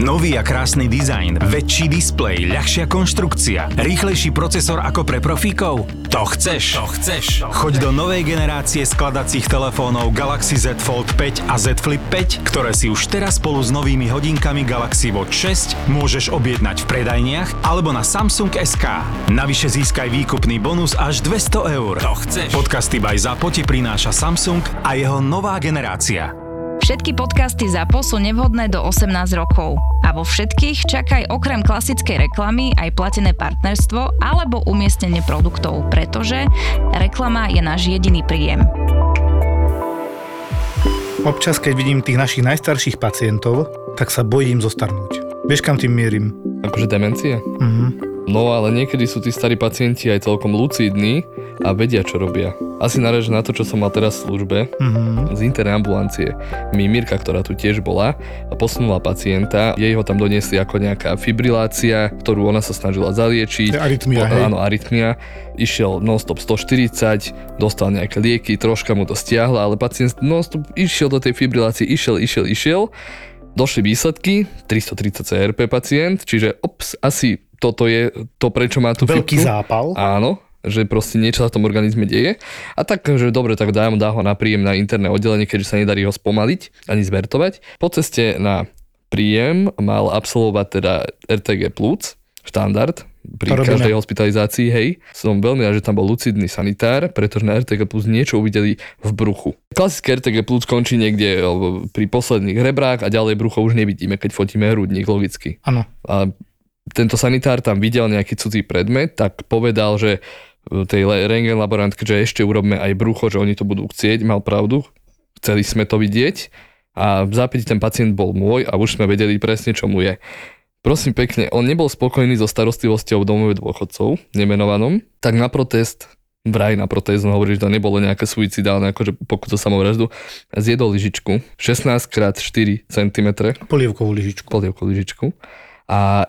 Nový a krásny dizajn, väčší displej, ľahšia konštrukcia, rýchlejší procesor ako pre profíkov? To chceš. Choď do novej generácie skladacích telefónov Galaxy Z Fold 5 a Z Flip 5, ktoré si už teraz spolu s novými hodinkami Galaxy Watch 6 môžeš objednať v predajniach alebo na Samsung.sk. Navyše získaj výkupný bonus až 200 €. To chceš. Podcasty by ZAPO ti prináša Samsung a jeho nová generácia. Všetky podcasty ZAPO sú nevhodné do 18 rokov. A vo všetkých čakaj okrem klasickej reklamy aj platené partnerstvo alebo umiestnenie produktov, pretože reklama je náš jediný príjem. Občas, keď vidím tých našich najstarších pacientov, tak sa bojím zostarnúť. Vieš, kam tým mierim? Akože demencie? No ale niekedy sú tí starí pacienti aj celkom lucidní a vedia, čo robia. Asi naráža na to, čo som mal teraz v službe z internej ambulancie. Mirka, ktorá tu tiež bola, posunula pacienta, jej ho tam doniesli ako nejaká fibrilácia, ktorú ona sa snažila zaliečiť. Arytmia, hej? Áno, arytmia. Išiel non-stop 140, dostal nejaké lieky, troška mu to stiahla, ale pacient non-stop išiel do tej fibrilácie, išiel. Došli výsledky, 330 CRP pacient, čiže asi toto je to, prečo má tú veľký fibru. zápal. Áno, že proste niečo sa v tom organizme deje. A tak, že dobre, tak dá ho na príjem na interné oddelenie, keďže sa nedarí ho spomaliť ani zvertovať. Po ceste na príjem mal absolvovať teda RTG plúc, štandard, pri každej hospitalizácii, hej. Som veľmi rád, že tam bol lucidný sanitár, pretože na RTG plus niečo uvideli v bruchu. Klasické RTG plus končí niekde pri posledných rebrách a ďalej brucho už nevidíme, keď fotíme hrudník, logicky. Áno. A tento sanitár tam videl nejaký cudzí predmet, tak povedal, že tej rentgen laborantke, že ešte urobme aj brucho, že oni to budú chcieť, mal pravdu, chceli sme to vidieť a v zápäti ten pacient bol môj a už sme vedeli presne, čo mu je. Prosím pekne, on nebol spokojný so starostlivosťou v domove dôchodcov, nemenovanom, tak na protest, hovorí, že to nebolo nejaké suicidálne, akože pokus o samovraždu, zjedol lyžičku, 16x4 cm. Polievkovú lyžičku. A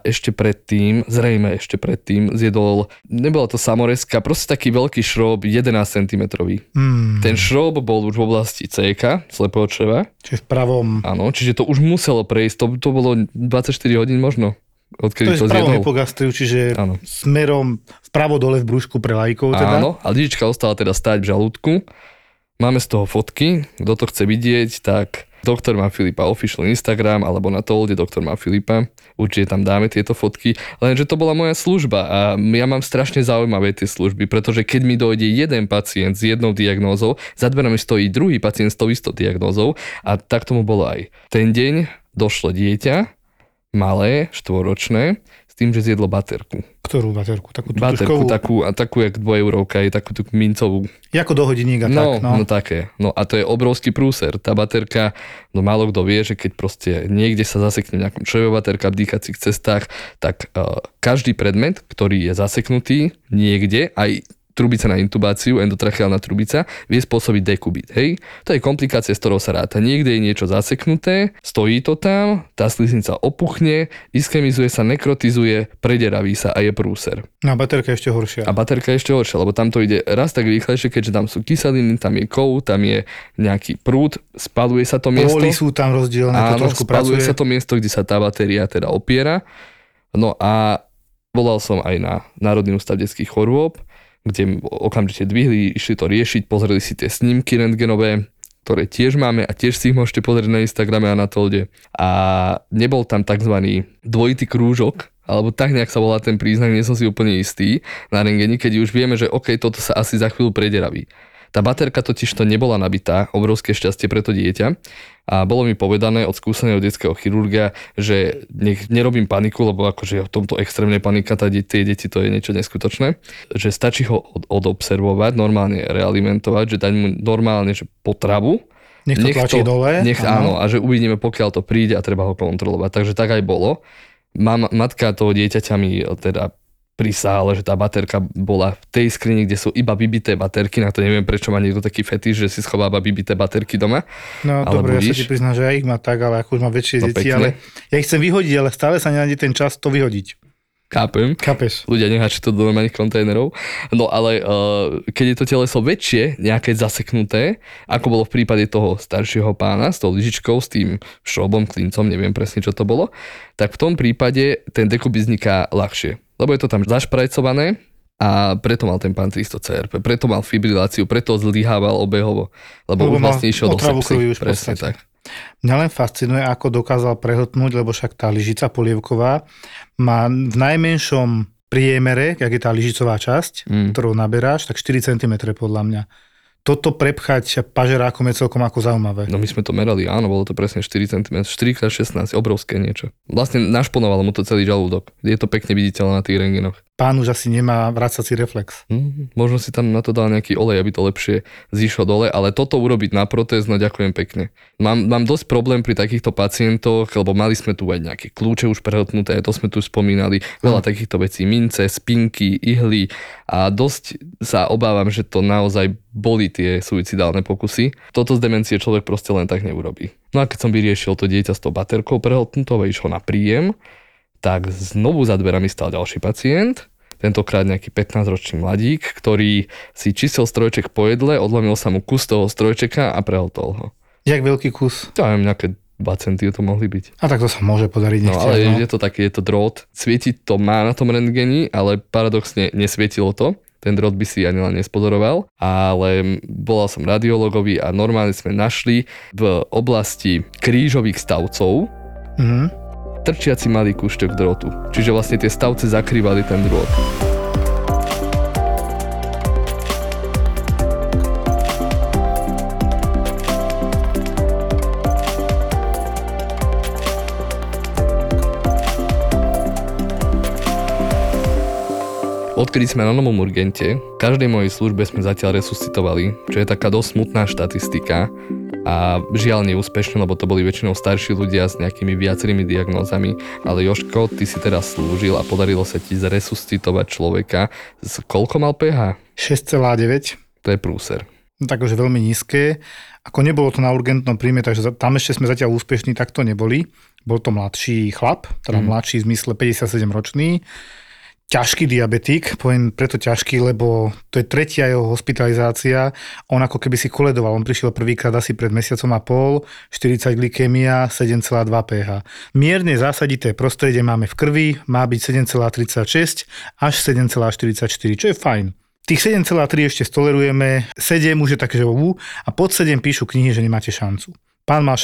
zrejme ešte predtým zjedol, nebola to samorezka, proste taký veľký šrob 11 cm. Ten šrob bol už v oblasti CK, slepého čreva. Čiže v pravom. Áno, čiže to už muselo prejsť, to bolo 24 hodín možno, odkedy to zjedol. To je v pravom hypogastriu, čiže áno. Smerom vpravo dole v brúšku pre laikov teda. Áno, a lyžička ostala teda stáť v žalúdku. Máme z toho fotky, kto to chce vidieť, tak Doktor má Filipa official Instagram alebo na Tolde Doktor má Filipa. Určite tam dáme tieto fotky. Lenže to bola moja služba a ja mám strašne zaujímavé tie služby, pretože keď mi dojde jeden pacient s jednou diagnózou, za dverami stojí druhý pacient s tou istou diagnózou a tak tomu bolo aj. Ten deň došlo dieťa, malé, 4-ročné, s tým, že zjedlo baterku. Ktorú baterku? Baterku, takú jak 2-eurovka, je takú tú mincovú. Jako do hodiník a tak, no. No také. No a to je obrovský prúser. Tá baterka, málo kto vie, že keď proste niekde sa zasekne v nejakom čreve baterka v dýchacích cestách, tak každý predmet, ktorý je zaseknutý niekde, aj trubica na intubáciu, endotracheálna trubica, vie spôsobiť dekubit, hej? To je komplikácia, s ktorou sa ráta. Niekde je niečo zaseknuté, stojí to tam, tá sliznica opuchne, ischemizuje sa, nekrotizuje, prederaví sa a je prúser. No a baterka je ešte horšia. Lebo tam to ide raz tak rýchlejšie, keďže tam sú kyseliny, tam je kov, tam je nejaký prúd, spaluje sa to miesto. Póly sú tam rozdielne, to trošku pracuje. Spaluje sa to miesto, kde sa tá batéria teda opiera. No a volal som aj na Národný ústav detských chorôb, kde okamžite dvihli, išli to riešiť, pozreli si tie snímky rentgenové, ktoré tiež máme a tiež si ich môžete pozrieť na Instagrame a na Tolde. A nebol tam tzv. Dvojitý krúžok, alebo tak nejak sa volá ten príznak, nie som si úplne istý na rentgeni, keď už vieme, že OK, toto sa asi za chvíľu prederaví. Tá baterka totiž to nebola nabitá, obrovské šťastie pre to dieťa a bolo mi povedané od skúseného detského chirurga, že nech nerobím paniku, lebo akože v tomto extrémnej panika tie deti to je niečo neskutočné, že stačí ho odobservovať, normálne realimentovať, že dať mu normálne že potravu, nech to tlačí dole. Áno, a že uvidíme, pokiaľ to príde a treba ho kontrolovať. Takže tak aj bolo. Matka toho dieťaťa mi teda prisále, že tá baterka bola v tej skrini, kde sú iba vybité baterky, na to neviem, prečo má niekto taký fetiš, že si schováva vybité baterky doma. No dobre, ja sa ti priznám, že ja ich mám tak, ale ako už mám väčšie deti, ale ja ich chcem vyhodiť, ale stále sa nenájde ten čas to vyhodiť. Chápeš. Ľudia nehačí to do normálnych kontajnerov. No ale keď je to teleso väčšie, nejaké zaseknuté, ako bolo v prípade toho staršieho pána s tou lyžičkou, s tým šrobom, klincom, neviem presne čo to bolo, tak v tom prípade ten dekub vzniká ľahšie. Lebo je to tam zašprajcované a preto mal ten pán 300 CRP, preto mal fibriláciu, preto zlyhával obehovo, lebo už vlastne išiel do sepsy. Presne tak. Mňa len fascinuje, ako dokázal prehltnúť, lebo však tá lyžica polievková má v najmenšom priemere, jak je tá lyžicová časť, ktorú naberáš, tak 4 cm podľa mňa. Toto prepchať pažerákom je celkom ako zaujímavé. No my sme to merali, áno, bolo to presne 4 cm, 4x16, obrovské niečo. Vlastne našponovalo mu to celý žalúdok. Je to pekne viditeľné na tých rentgenoch. Pán už asi nemá vracací reflex. Možno si tam na to dal nejaký olej, aby to lepšie zišlo dole, ale toto urobiť na protéz, no ďakujem pekne. Mám dosť problém pri takýchto pacientoch, lebo mali sme tu aj nejaké kľúče už prehltnuté, to sme tu spomínali, veľa takýchto vecí, mince, spinky, ihly a dosť sa obávam, že to naozaj boli tie suicidálne pokusy. Toto z demencie človek proste len tak neurobí. No a keď som vyriešil to dieťa s tou baterkou prehltnutou a išlo na príjem, tak znovu za dverami stal ďalší pacient, tentokrát nejaký 15-ročný mladík, ktorý si čistil strojček po jedle, odlomil sa mu kus toho strojčeka a prehltol ho. Jak veľký kus? Ja neviem, nejaké 2 centy to mohli byť. A tak to sa môže podariť. No ale je to taký, je to drôt. Svietiť to má na tom rentgeni, ale paradoxne nesvietilo to. Ten drôt by si ani len nespozoroval, ale volal som radiologovi a normálne sme našli v oblasti krížových stavcov trčiaci malý kúšťok drôtu. Čiže vlastne tie stavce zakrývali ten drôt. Odkedy sme na novom urgente, v každej mojej službe sme zatiaľ resuscitovali, čo je taká dosť smutná štatistika a žiaľ neúspešne, lebo to boli väčšinou starší ľudia s nejakými viacerými diagnózami, ale Jožko, ty si teraz slúžil a podarilo sa ti zresuscitovať človeka. Koľko mal pH? 6,9. To je prúser. No tak už veľmi nízke. Ako nebolo to na urgentnom príjme, takže tam ešte sme zatiaľ úspešní, tak to neboli. Bol to mladší chlap, teda mladší v zmysle 57 ročný. Ťažký diabetik, poviem preto ťažký, lebo to je tretia jeho hospitalizácia. On ako keby si koledoval, on prišiel prvýkrát asi pred mesiacom a pol, 40 glykémia, 7,2 pH. Mierne zásadité prostredie máme v krvi, má byť 7,36 až 7,44, čo je fajn. Tých 7,3 ešte stolerujeme, 7 už je také, že a pod 7 píšu knihy, že nemáte šancu. Pán mal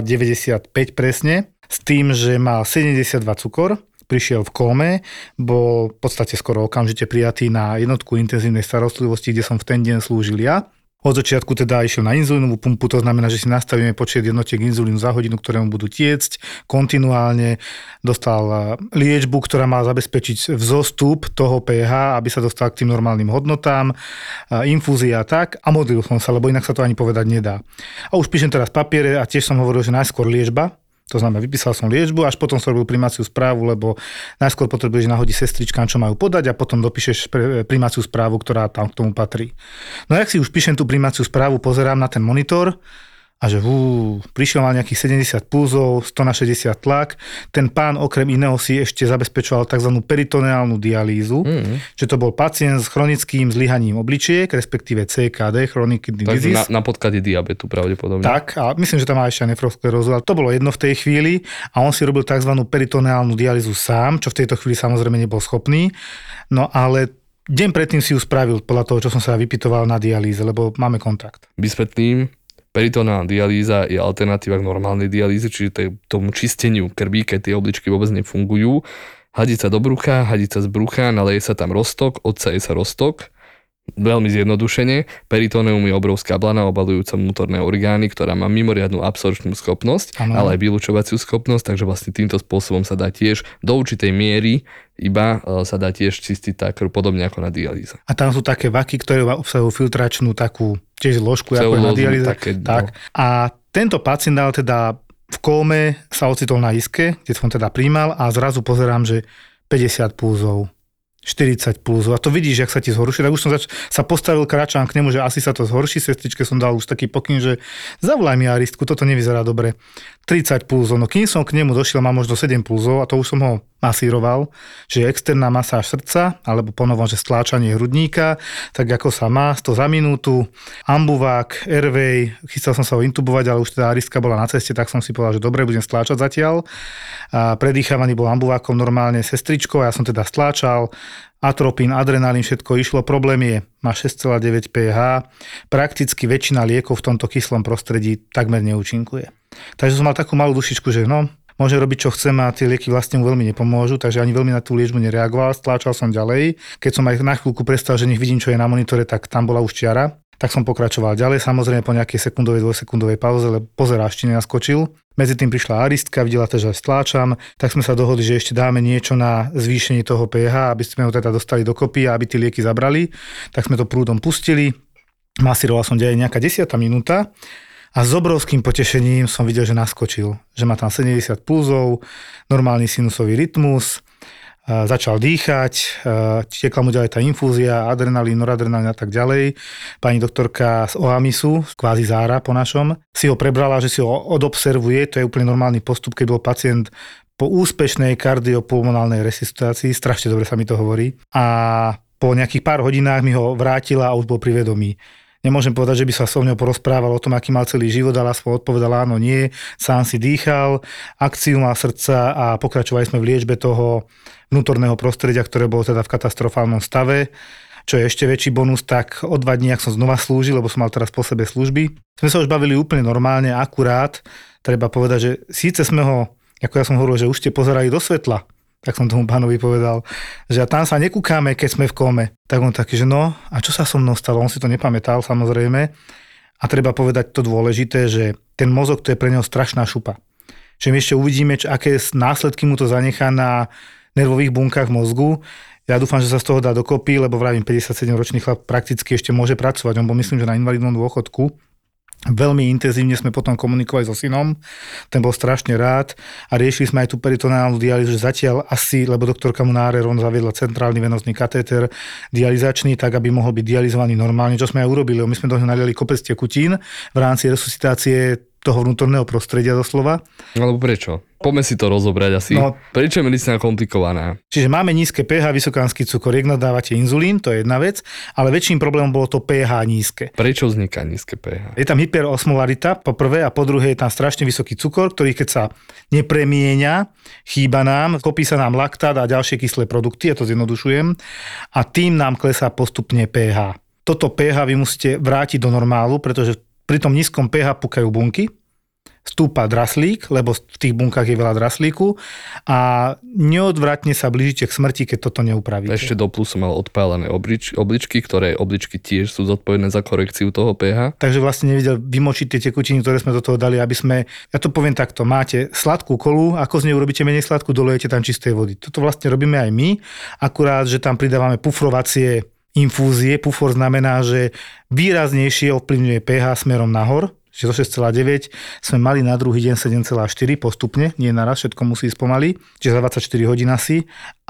6,95 presne, s tým, že mal 72 cukor, prišiel v kóme, bol v podstate skoro okamžite prijatý na jednotku intenzívnej starostlivosti, kde som v ten deň slúžil ja. Od začiatku teda išiel na inzulínovú pumpu, to znamená, že si nastavíme počet jednotiek inzulínu za hodinu, ktoré mu budú tiecť kontinuálne. Dostal liečbu, ktorá má zabezpečiť vzostup toho pH, aby sa dostal k tým normálnym hodnotám, infúzia tak a modlil som sa, lebo inak sa to ani povedať nedá. A už píšem teraz papiere a tiež som hovoril, že najskôr liečba. To znamená, vypísal som liečbu, až potom som robil primáciu správu, lebo najskôr potrebuješ nahodiť sestričkám, čo majú podať a potom dopíšeš primáciu správu, ktorá tam k tomu patrí. No a jak si už píšem tú primáciu správu, pozerám na ten monitor a že prišiel mal nejakých 70 pulzov, 100 na 60 tlak. Ten pán okrem iného si ešte zabezpečoval tzv. Peritoneálnu dialýzu, že to bol pacient s chronickým zlyhaním obličiek, respektíve CKD, chronic kidney disease. Na podklade diabetu pravdepodobne. Tak, a myslím, že tam má ešte nefrosklerózu, ale to bolo jedno v tej chvíli a on si robil tzv. Peritoneálnu dialýzu sám, čo v tejto chvíli samozrejme nebol schopný. No ale deň predtým si ju spravil podľa toho, čo som sa vypytoval na dialýze, lebo máme kontakt. Vysvetlím. Peritoneálna dialýza je alternatíva k normálnej dialýze, čiže tomu čisteniu krví, keď tie obličky vôbec nefungujú. Hadiť sa do brucha, hadiť sa z brucha, naleje sa tam roztok, odsaje sa roztok. Veľmi zjednodušene, peritoneum je obrovská blana obalujúca vnútorné orgány, ktorá má mimoriadnu absorpčnú schopnosť, ale aj vylučovaciu schopnosť, takže vlastne týmto spôsobom sa dá tiež do určitej miery iba sa dá tiež čistiť tá krv, podobne ako na dialýze. A tam sú také vaky, ktoré obsahujú filtračnú takú tiež zložku, ako je na dialýze. Tak. A tento pacient dal teda v kóme, sa ocitol na iske, kde som teda príjmal a zrazu pozerám, že 50 pulzov. 40 pulzov. A to vidíš, jak sa ti zhorší. Tak už som sa postavil, kráčam k nemu, že asi sa to zhorší. Sestričke som dal už taký pokyn, že zavolaj mi aristku, toto nevyzerá dobre. 30 pulzov. No kým som k nemu došiel, mám možno 7 pulzov a to už som ho masíroval, čiže externá masáž srdca, alebo ponovom, že stláčanie hrudníka, tak ako sa má, 100 za minútu, ambuvák, airway, chystal som sa ho intubovať, ale už teda aristka bola na ceste, tak som si povedal, že dobre, budem stláčať zatiaľ. A predýchávaný bol ambuvákom normálne sestričkou, ja som teda stláčal, atropín, adrenalín, všetko išlo. Problém je, má 6,9 pH, prakticky väčšina liekov v tomto kyslom prostredí takmer neúčinkuje. Takže som mal takú malú dušičku, že môžem robiť, čo chcem a tie lieky vlastne mu veľmi nepomôžu, takže ani veľmi na tú liečbu nereagoval, stláčal som ďalej. Keď som aj na chvíľku prestal, že nech vidím, čo je na monitore, tak tam bola už čiara. Tak som pokračoval ďalej, samozrejme po nejakej sekundovej, dvojsekundovej pauze, lebo pozerá, ešte nenaskočil. Medzi tým prišla aristka, videla to, že stláčam, tak sme sa dohodli, že ešte dáme niečo na zvýšenie toho pH, aby sme ho teda dostali dokopy a aby tie lieky zabrali. Tak sme to prúdom pustili, masíroval som ďalej nejaká 10. minúta. A s obrovským potešením som videl, že naskočil, že má tam 70 pulzov, normálny sinusový rytmus, začal dýchať, tiekla mu ďalej tá infúzia, adrenalín, noradrenalín a tak ďalej. Pani doktorka z OAMISu, kvázi Zára po našom, si ho prebrala, že si ho odobservuje, to je úplne normálny postup, keď bol pacient po úspešnej kardiopulmonálnej resuscitácii, strašne dobre sa mi to hovorí, a po nejakých pár hodinách mi ho vrátila a už bol pri vedomí. Nemôžem povedať, že by sa so mnou porozprával o tom, aký mal celý život, ale aspoň odpovedal áno, nie, sám si dýchal, akciu mal srdca a pokračovali sme v liečbe toho vnútorného prostredia, ktoré bolo teda v katastrofálnom stave. Čo je ešte väčší bonus, tak o 2 dní, ak som znova slúžil, lebo som mal teraz po sebe služby, sme sa už bavili úplne normálne, akurát, treba povedať, že síce sme ho, ako ja som hovoril, že už ste pozerali do svetla, tak som tomu pánovi povedal, že tam sa nekúkáme, keď sme v kóme. Tak on taký, že a čo sa so mnou stalo? On si to nepamätal, samozrejme. A treba povedať to dôležité, že ten mozog, to je pre neho strašná šupa. Že my ešte uvidíme, aké následky mu to zanechá na nervových bunkách mozgu. Ja dúfam, že sa z toho dá dokopy, lebo vravím, 57-ročný chlap prakticky ešte môže pracovať. On bol, myslím, že na invalidnom dôchodku. Veľmi intenzívne sme potom komunikovali so synom, ten bol strašne rád a riešili sme aj tú peritoneálnu dialýzu, že zatiaľ asi, lebo doktorka mu na on zaviedla centrálny venózny katéter dializačný, tak aby mohol byť dializovaný normálne, čo sme aj urobili. My sme do neho naliali kopec tekutín v rámci resuscitácie toho vnútorného prostredia doslova. Alebo prečo? Poďme si to rozobrať asi. Prečo je medicína komplikovaná? Čiže máme nízke pH, vysokánsky cukor, nadávate inzulín, to je jedna vec, ale väčším problémom bolo to pH nízke. Prečo vzniká nízke pH? Je tam hyperosmolarita po prvé a po druhé je tam strašne vysoký cukor, ktorý keď sa nepremieňa, chýba nám, kopí sa nám laktát a ďalšie kyslé produkty, ja to zjednodušujem, a tým nám klesá postupne pH. Toto pH vy musíte vrátiť do normálu, pretože pri tom nízkom pH pukajú bunky, stúpa draslík, lebo v tých bunkách je veľa draslíku a neodvratne sa blížite k smrti, keď toto neupravíte. Ešte do plus som mal odpálené obličky, ktoré obličky tiež sú zodpovedné za korekciu toho pH. Takže vlastne nevedel vymočiť tie tekutiny, ktoré sme do toho dali, aby sme, ja to poviem takto, máte sladkú kolu, ako z nej urobíte menej sladkú, dolejete tam čistej vody. Toto vlastne robíme aj my, akurát, že tam pridávame pufrovacie infúzie. Pufor znamená, že výraznejšie ovplyvňuje pH smerom nahor, že zo 6,9 sme mali na druhý deň 7,4 postupne, nie naraz, všetko musí ísť pomaly, čiže za 24 hodín asi.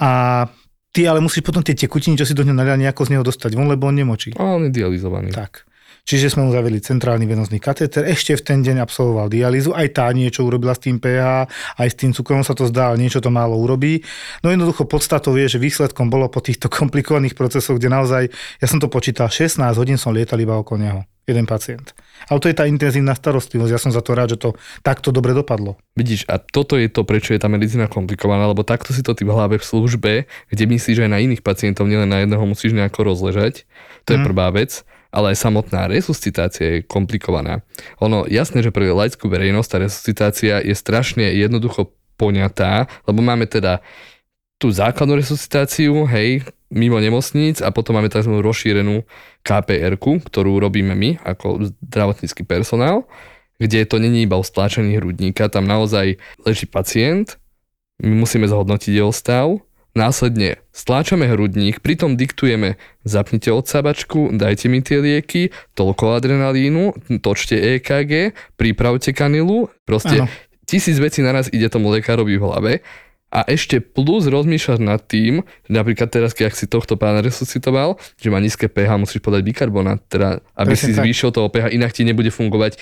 A ty ale musíš potom tie tekutiny, čo si do neho nalial, nejako z neho dostať von, lebo on nemočí. A on je dializovaný. Tak. Čiže sme mu zavedli centrálny venózny katéter, ešte v ten deň absolvoval dialýzu, aj tá niečo urobila s tým pH, aj s tým cukrom sa to zdá, niečo to málo urobí. No jednoducho podstatou je, že výsledkom bolo po týchto komplikovaných procesoch, kde naozaj, ja som to počítal, 16 hodín som lietal iba okolo neho, jeden pacient. Ale to je tá intenzívna starostlivosť, ja som za to rád, že to takto dobre dopadlo. Vidíš, a toto je to, prečo je tá medicína komplikovaná, lebo takto si to ty v hlave v službe, kde myslíš aj na iných pacientov, nielen na jedného musíš nejako rozležať, to je prvá vec. Ale aj samotná resuscitácia je komplikovaná. Ono, jasné, že pre laickú verejnosť tá resuscitácia je strašne jednoducho poňatá, lebo máme teda tú základnú resuscitáciu, hej, mimo nemocníc a potom máme tzv. Rozšírenú KPR-ku, ktorú robíme my ako zdravotnícky personál, kde to není iba o stláčaní hrudníka, tam naozaj leží pacient, my musíme zhodnotiť jeho stav, následne stláčame hrudník, pritom diktujeme, zapnite odsávačku, dajte mi tie lieky, toľko adrenalínu, točte EKG, pripravte kanilu, proste 1000 vecí naraz ide tomu lekárovi v hlave a ešte plus rozmýšľať nad tým, napríklad teraz, keď si tohto pána resuscitoval, že má nízke pH, musíš podať bikarbonát, teda aby si zvýšil toho pH, inak ti nebude fungovať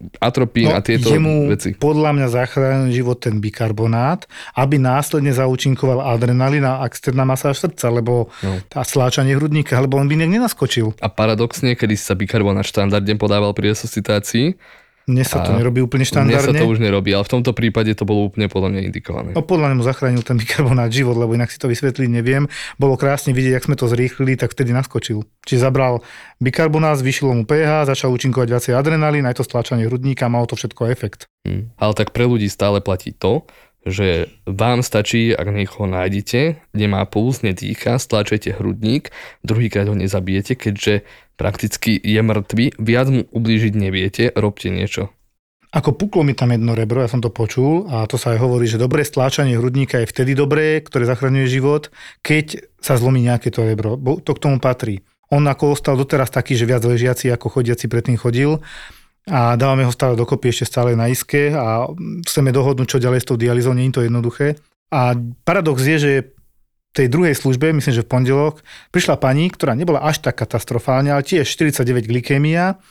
atropín a tieto veci. Podľa mňa zachránil život ten bikarbonát, aby následne zaúčinkoval adrenalín a externá masáž srdca, lebo tá stláčanie hrudníka, lebo on by nejak nenaskočil. A paradoxne, kedy sa bikarbonát štandardne podával pri resuscitácii, Dnes sa to nerobí úplne štandardne. Dnes sa to už nerobí, ale v tomto prípade to bolo úplne podľa mňa indikované. No podľa mňa mu zachránil ten bikarbonát život, lebo inak si to vysvetliť neviem. Bolo krásne vidieť, jak sme to zrýchlili, tak vtedy naskočil. Čiže zabral bikarbonát, zvýšilo mu pH, začal účinkovať viacej adrenalín, aj to stlačanie hrudníka, malo to všetko efekt. Ale tak pre ľudí stále platí to, že vám stačí, ak niekoho nájdete, nemá puls, nedýcha, stlačajte hrudník, druhýkrát ho nezabijete, keďže prakticky je mŕtvy, viac mu ublížiť neviete, robte niečo. Ako puklo mi tam jedno rebro, ja som to počul a to sa aj hovorí, že dobré stláčanie hrudníka je vtedy dobré, ktoré zachraňuje život, keď sa zlomí nejaké to rebro. To k tomu patrí. On ako ostal doteraz taký, že viac ležiaci ako chodiaci predtým chodil a dávame ho stále dokopy ešte stále na iske a chceme dohodnúť, čo ďalej s tou dialýzou, nie je to jednoduché. A paradox je, že v tej druhej službe, myslím, že v pondelok, prišla pani, ktorá nebola až tak katastrofálne, ale tiež 49 glykémia,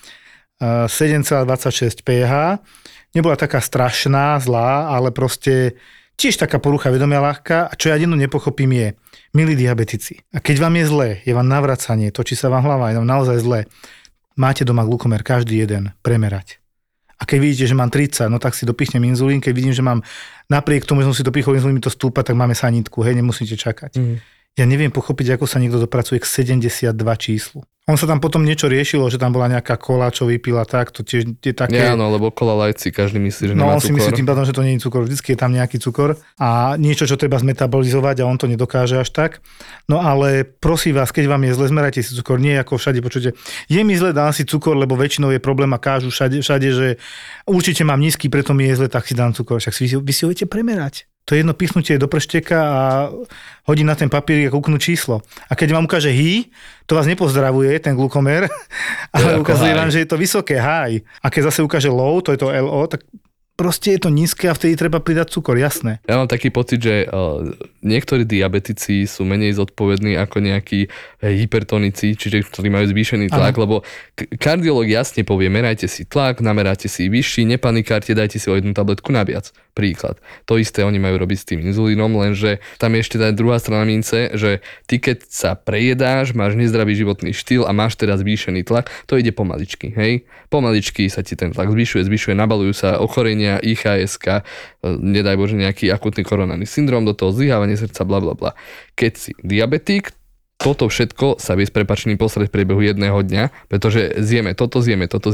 7,26 pH, nebola taká strašná, zlá, ale proste tiež taká porucha vedomia ľahká a čo ja jedno nepochopím je, milí diabetici, a keď vám je zlé, je vám navracanie, točí sa vám hlava, je vám naozaj zlé, máte doma glukomer každý jeden premerať. A keď vidíte, že mám 30, no tak si dopichnem inzulín, keď vidím, že mám napriek tomu, že som si dopichol inzulín, mi to stúpa, tak máme sanitku, hej, nemusíte čakať. Ja neviem pochopiť, ako sa niekto dopracuje k 72 číslu. On sa tam potom niečo riešilo, že tam bola nejaká kola, čo vypila tak, to tiež je také... Nie, áno, lebo kola lajci, každý myslí, že nemá cukor. No, on si myslí tým pádom, že to nie je cukor, vždycky je tam nejaký cukor a niečo, čo treba zmetabolizovať a on to nedokáže až tak. No ale prosím vás, keď vám je zle, zmerajte si cukor, nie ako všade počujete. Je mi zle, dám si cukor, lebo väčšinou je problém a kážu všade, že určite mám nízky, preto mi je zle, tak si dám cukor. Však vy si ho viete premerať. To je jedno písnutie do pršteka a hodí na ten papír a kúknú číslo. A keď vám ukáže hý, to vás nepozdravuje, ten glukomer, ale ukazuje vám, že je to vysoké high. A keď zase ukáže low, to je to LO, tak proste je to nízke a vtedy treba pridať cukor, jasné. Ja mám taký pocit, že niektorí diabetici sú menej zodpovední ako nejakí hypertonici, čiže ktorí majú zvýšený tlak, lebo kardiológ jasne povie, merajte si tlak, nameráte si vyšší, nepanikárte, dajte si o jednu tabletku naviac. Príklad. To isté oni majú robiť s tým inzulínom, lenže tam je ešte tá druhá strana mince, že ty keď sa prejedáš, máš nezdravý životný štýl a máš teraz zvýšený tlak, to ide pomaličky, hej? Pomaličky sa ti ten tlak zvyšuje, nabalujú sa ochorenia, IHS-ka, nedaj Bože nejaký akutný koronárny syndrom, do toho zlyhávanie srdca, blablabla. Keď si diabetik, toto všetko sa vie s prepáčením posrať v priebehu jedného dňa, pretože zjeme toto,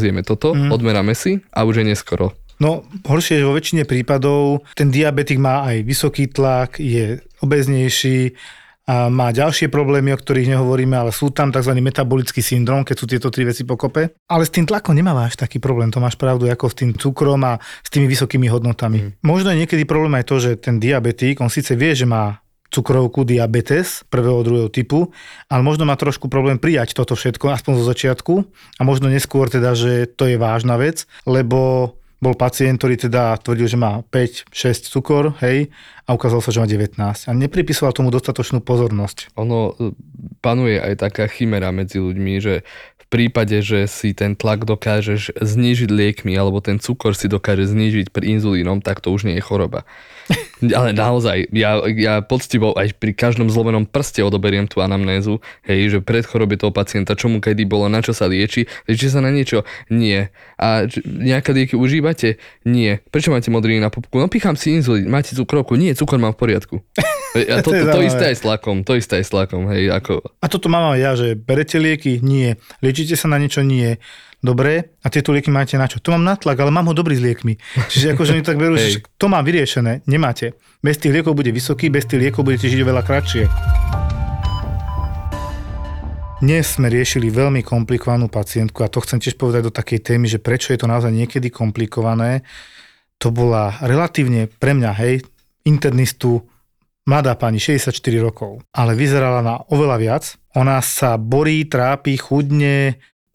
odmeráme si a už je neskoro. No, horšie je, že vo väčšine prípadov ten diabetik má aj vysoký tlak, je obeznejší a má ďalšie problémy, o ktorých nehovoríme, ale sú tam tzv. Metabolický syndrom, keď sú tieto tri veci pokope. Ale s tým tlakom nemáš taký problém, to máš pravdu, ako s tým cukrom a s tými vysokými hodnotami. Možno je niekedy problém aj to, že ten diabetik, on síce vie, že má cukrovku, diabetes prvého, druhého typu, ale možno má trošku problém prijať toto všetko, aspoň zo začiatku a možno neskôr teda, že to je vážna vec, lebo bol pacient, ktorý teda tvrdil, že má 5-6 cukor, hej, a ukázalo sa, že má 19. A nepripisoval tomu dostatočnú pozornosť. Ono panuje aj taká chimera medzi ľuďmi, že v prípade, že si ten tlak dokážeš znížiť liekmi, alebo ten cukor si dokáže znížiť pri inzulínom, tak to už nie je choroba. Ale naozaj, ja poctivo aj pri každom zlomenom prste odoberiem tú anamnézu, hej, že pred chorobe toho pacienta, čo mu kedy bolo, na čo sa lieči sa na niečo? Nie. A nejaké lieky užívate? Nie. Prečo máte modriny na popku? No pichám si inzulín, máte cukrovku? Nie, cukor mám v poriadku. A to isté aj s tlakom, hej, ako... A toto mám aj ja, že berete lieky? Nie. Liečite sa na niečo? Nie. Dobre, a tieto lieky máte na čo? To mám na tlak, ale mám ho dobrý s liekmi. Čiže akože oni tak berú, že to mám vyriešené. Nemáte. Bez tých liekov bude vysoký, bez tých liekov budete žiť oveľa kratšie. Dnes sme riešili veľmi komplikovanú pacientku a to chcem tiež povedať do takej témy, že prečo je to naozaj niekedy komplikované. To bola relatívne pre mňa, hej, internistu, mladá pani, 64 rokov, ale vyzerala na oveľa viac. Ona sa borí, trápi, chudne,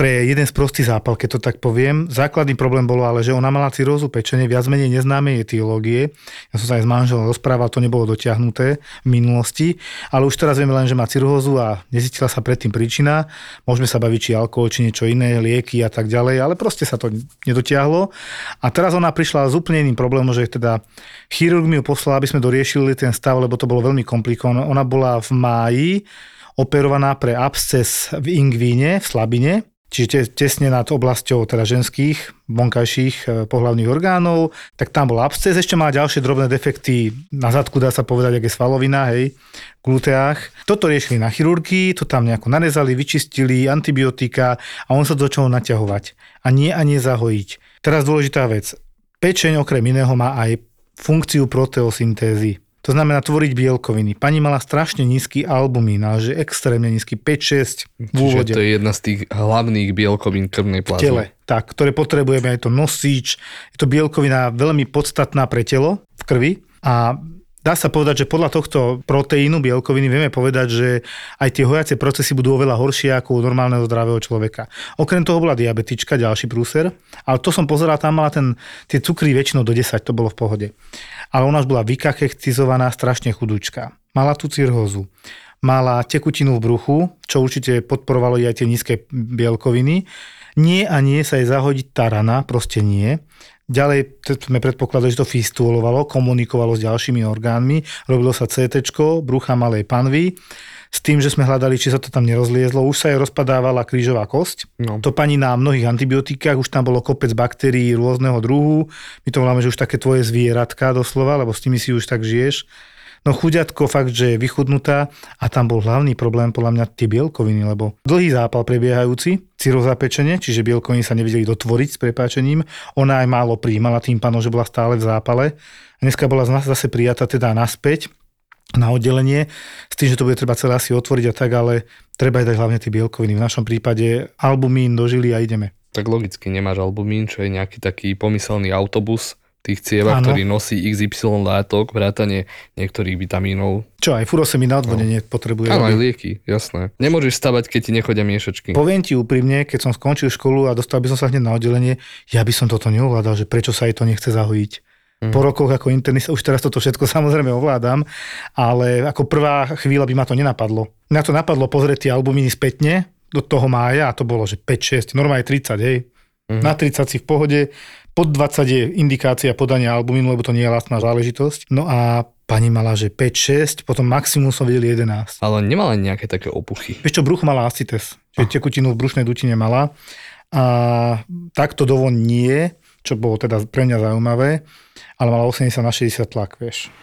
pre jeden sprostý zápal, keď to tak poviem. Základný problém bolo ale, že ona mala cirrózu pečene, viac menej neznámej etiológie. Ja som sa aj s manželom rozprával, to nebolo dotiahnuté v minulosti, ale už teraz vieme len, že má cirrózu a nezistila sa predtým príčina. Môžeme sa baviť, či alkohol, či niečo iné, lieky a tak ďalej, ale proste sa to nedotiahlo. A teraz ona prišla s úplne iným problémom, že teda chirurg mi ju poslal, aby sme doriešili ten stav, lebo to bolo veľmi komplikované. Ona bola v máji operovaná pre absces v ingvíne, v slabine, čiže tesne nad oblasťou teda ženských vonkajších pohlavných orgánov, tak tam bol absces, ešte má ďalšie drobné defekty na zadku, dá sa povedať, jak je svalovina, hej, v gluteách. Toto riešili na chirurgii, to tam nejako narezali, vyčistili, antibiotika a on sa začal naťahovať a nie zahojiť. Teraz dôležitá vec, pečeň okrem iného má aj funkciu proteosyntézy. To znamená tvoriť bielkoviny. Pani mala strašne nízky albumín, ale že extrémne nízky, 5-6 v úvode. Čiže to je jedna z tých hlavných bielkovín krvnej plazmy. V tele, tak, ktoré potrebujeme, je to nosič, je to bielkovina veľmi podstatná pre telo v krvi a dá sa povedať, že podľa tohto proteínu bielkoviny vieme povedať, že aj tie hojacie procesy budú oveľa horšie ako u normálneho zdravého človeka. Okrem toho bola diabetička, ďalší prúser, ale to som pozeral, tam mala tie cukry väčšinou do 10, to bolo v pohode. Ale ona už bola vykachexizovaná, strašne chudúčka. Mala tú cirhózu, mala tekutinu v bruchu, čo určite podporovalo aj tie nízke bielkoviny. Nie sa jej zahodiť tá rana, proste nie. Ďalej sme predpokladali, že to fistulovalo, komunikovalo s ďalšími orgánmi, robilo sa CT, brucha malej panvy, s tým, že sme hľadali, či sa to tam nerozliezlo. Už sa jej rozpadávala krížová kosť. No. To pani na mnohých antibiotikách, už tam bolo kopec baktérií rôzneho druhu. My to voláme, že už také tvoje zvieratka doslova, lebo s tými si už tak žiješ. No chuďatko fakt, že je vychudnutá a tam bol hlavný problém podľa mňa tie bielkoviny, lebo dlhý zápal prebiehajúci, cirróza pečene, čiže bielkoviny sa nevedeli dotvoriť s prepáčením. Ona aj málo prijímala tým pánom, že bola stále v zápale. A dneska bola zase prijatá teda naspäť na oddelenie, s tým, že to bude treba celé asi otvoriť a tak, ale treba aj dať hlavne tie bielkoviny. V našom prípade albumín dožili a ideme. Tak logicky nemáš albumín, čo je nejaký taký pomyselný autobus tých cievach, ktorý nosí XY látok, vrátane niektorých vitamínov. Čo, aj furosemín na odvodnenie potrebuje. Áno, aj lieky, jasné. Nemôžeš stavať, keď ti nechodia miešačky. Poviem ti úprimne, keď som skončil školu a dostal by som sa hneď na oddelenie, ja by som toto neovládal, že prečo sa jej to nechce zahojiť. Po rokoch ako internista, už teraz toto všetko samozrejme ovládam, ale ako prvá chvíľa by ma to nenapadlo. Mňa to napadlo pozrieť tie albumíny spätne do toho mája a to bolo, že 5-6, normálne 30, hej. Na 30 si v pohode, pod 20 je indikácia podania albumínu, lebo to nie je lacná záležitosť. No a pani mala, že 5-6, potom maximum som videl 11. Ale nemala nejaké také opuchy. Vieš čo, brucho mala ascites, čiže tekutinu v brušnej dutine mala a takto dovon nie, čo bolo teda pre mňa zaujímavé, ale mala 80/60 tlak, vieš.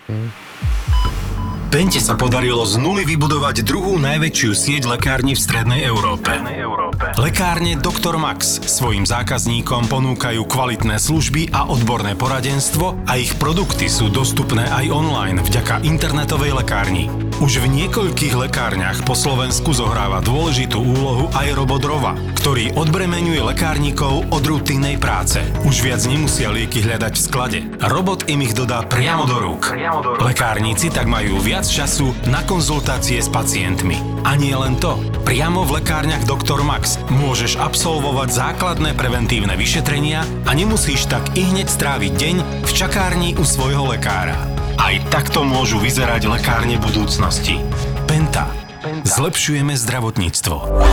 Pente sa podarilo z nuly vybudovať druhú najväčšiu sieť lekární v strednej Európe. Lekárne Dr. Max svojim zákazníkom ponúkajú kvalitné služby a odborné poradenstvo a ich produkty sú dostupné aj online vďaka internetovej lekárni. Už v niekoľkých lekárniach po Slovensku zohráva dôležitú úlohu aj robot Rova, ktorý odbremeňuje lekárnikov od rutinnej práce. Už viac nemusia lieky hľadať v sklade. Robot im ich dodá priamo do rúk. Lekárnici tak majú viac času na konzultácie s pacientmi. A nie len to. Priamo v lekárniach Dr. Max môžeš absolvovať základné preventívne vyšetrenia a nemusíš tak ihneď stráviť deň v čakárni u svojho lekára. Aj takto môžu vyzerať lekárne budúcnosti. Penta. Zlepšujeme zdravotníctvo.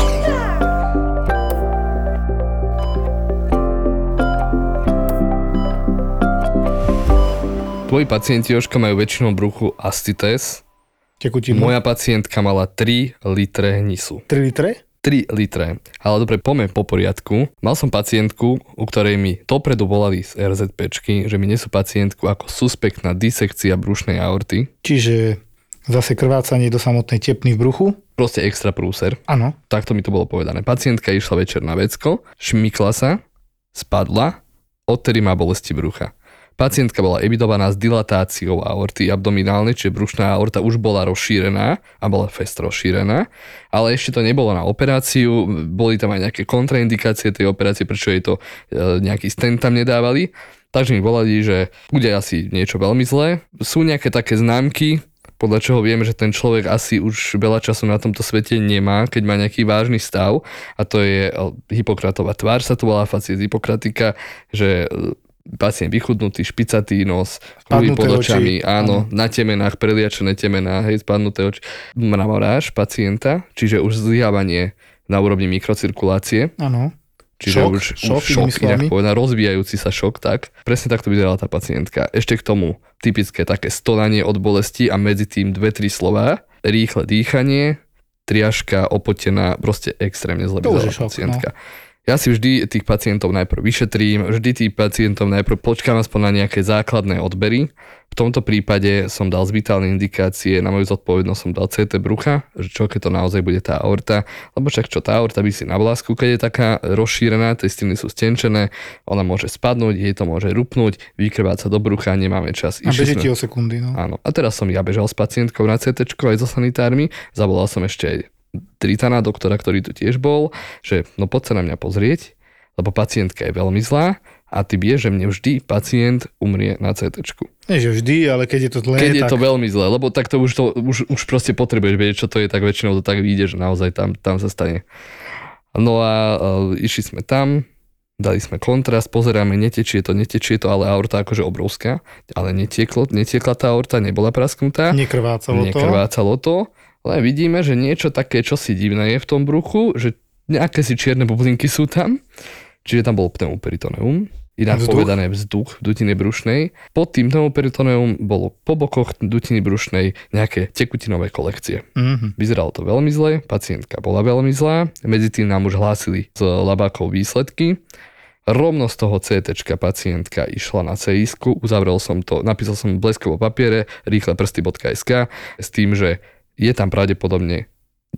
Tvoji pacienti, Jožka, majú väčšinou bruchu ascites. Tekutinu. Moja pacientka mala 3 litre hnisu. 3 litre? 3 litre. Ale dobre, poďme po poriadku. Mal som pacientku, u ktorej mi dopredu volali z RZPčky, že mi nesú pacientku ako suspektná disekcia brušnej aorty. Čiže zase krvácanie do samotnej tepny v bruchu? Proste extra prúser. Áno. Takto mi to bolo povedané. Pacientka išla večer na vecko, šmykla sa, spadla, odtedy má bolesti brucha. Pacientka bola evidovaná s dilatáciou aorty abdominálnej, čiže brušná aorta už bola rozšírená a bola fest rozšírená, ale ešte to nebolo na operáciu, boli tam aj nejaké kontraindikácie tej operácie, prečo jej to nejaký stent tam nedávali. Takže mi volali, že bude asi niečo veľmi zlé. Sú nejaké také známky, podľa čoho vieme, že ten človek asi už veľa času na tomto svete nemá, keď má nejaký vážny stav, a to je Hippokratová tvár, sa to volá facies hippokratica, že pacient vychudnutý, špicatý nos, kruhy pod očami, áno, na temenách, preliačené temená, hej, spadnuté oči, mravoráž pacienta, čiže už zlyhávanie na úrovni mikrocirkulácie. Áno. Čiže šok, inak povedané, rozvíjajúci sa šok, tak. Presne takto vyzerala tá pacientka. Ešte k tomu typické také stonanie od bolesti a medzi tým 2-3 slová, rýchle dýchanie, triažka, opotená, proste extrémne zle vyzerala pacientka. No. Ja si vždy tých pacientov najprv vyšetrím, vždy tých pacientov najprv počkám aspoň na nejaké základné odbery. V tomto prípade som dal z vitálnej indikácie, na moju zodpovednosť som dal CT brucha, že čo keď to naozaj bude tá aorta, lebo však čo tá aorta by si na vlásku, keď je taká rozšírená, tie steny sú stenčené, ona môže spadnúť, jej to môže rupnúť, vykrváca do brucha, nemáme čas. A beží ti o sekundy, no. Áno. A teraz som ja bežal s pacientkou na CT-čko aj so sanitármi, zavolal som ešte aj Tritana, doktora, ktorý tu tiež bol, že no poď sa na mňa pozrieť, lebo pacientka je veľmi zlá a ty vieš, že mne vždy pacient umrie na CT-čku. Nie, že vždy, ale keď je to zlé, keď je to veľmi zlé, lebo tak to už proste potrebuješ vedieť, čo to je, tak väčšinou to tak vyjde, že naozaj tam sa stane. No a išli sme tam, dali sme kontrast, pozeráme, netečie to, ale aorta akože obrovská, ale netiekla tá aorta, nebola prasknutá. Nekrvácalo to. Ale vidíme, že niečo také, čosi divné je v tom bruchu, že nejaké si čierne bublinky sú tam, čiže tam bol pneumoperitoneum, inak povedané vzduch v dutine brušnej. Pod tým pneumoperitoneum bolo po bokoch dutiny brušnej nejaké tekutinové kolekcie. Mm-hmm. Vyzeralo to veľmi zle, pacientka bola veľmi zlá, medzi tým nám už hlásili z labákov výsledky. Rovno z toho CTčka pacientka išla na CISku, uzavrel som to, napísal som bleskovo papiere, rýchleprsty.sk s tým, že je tam pravdepodobne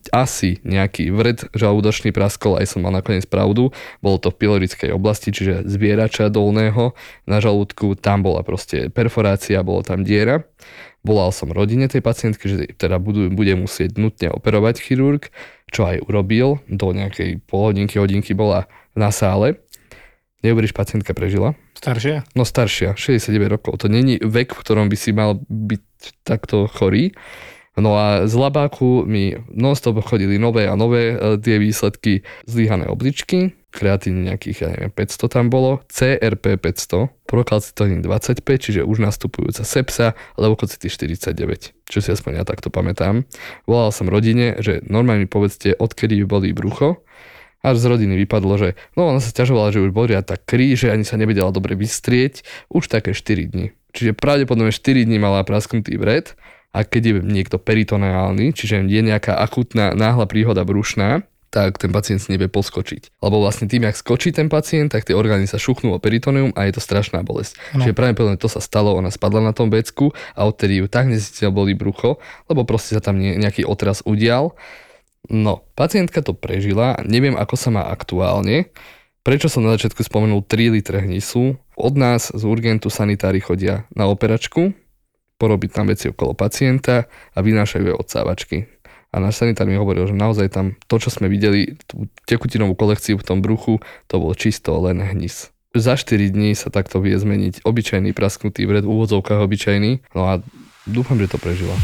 asi nejaký vred žalúdočný praskol, aj som mal nakoniec pravdu, bolo to v pylorickej oblasti, čiže zvierača dolného na žalúdku, tam bola proste perforácia, bolo tam diera. Volal som rodine tej pacientky, že teda bude musieť nutne operovať chirurg, čo aj urobil, do nejakej hodinky bola na sále. Neuveríš, pacientka prežila. Staršia? No staršia, 69 rokov, to není vek, v ktorom by si mal byť takto chorý. No a z labáku mi non-stop chodili nové a nové tie výsledky, zlyhané obličky, kreatín nejakých, ja neviem, 500 tam bolo, CRP 500, prokalcitónin 25, čiže už nastupujúca sepsa, leukocity 49, čo si aspoň ja takto pamätám. Volal som rodine, že normálne mi povedzte, odkedy bolí brucho, až z rodiny vypadlo, že no ona sa ťažovala, že už bolia tak krí, že ani sa nevedela dobre vystrieť, už také 4 dní. Čiže pravdepodobne 4 dní mala prasknutý vred. A keď je niekto peritoneálny, čiže je nejaká akútna náhla príhoda brušná, tak ten pacient si nevie podskočiť. Lebo vlastne tým, jak skočí ten pacient, tak tie orgány sa šuchnú o peritoneum a je to strašná bolesť. No. Čiže pravdepodobne to sa stalo, ona spadla na tom becku a odtedy ju tak nezistila bolí brucho, lebo proste sa tam nejaký otras udial. No, pacientka to prežila, neviem ako sa má aktuálne. Prečo som na začiatku spomenul 3 litre hnisu? Od nás z urgentu sanitári chodia na operačku, porobiť tam veci okolo pacienta a vynášajú aj odsávačky. A náš sanitár mi hovoril, že naozaj tam to, čo sme videli, tú tekutinovú kolekciu v tom bruchu, to bol čisto len hnis. Za 4 dní sa takto vie zmeniť obyčajný prasknutý vred, v úvodzovkách obyčajný, no a dúfam, že to prežila.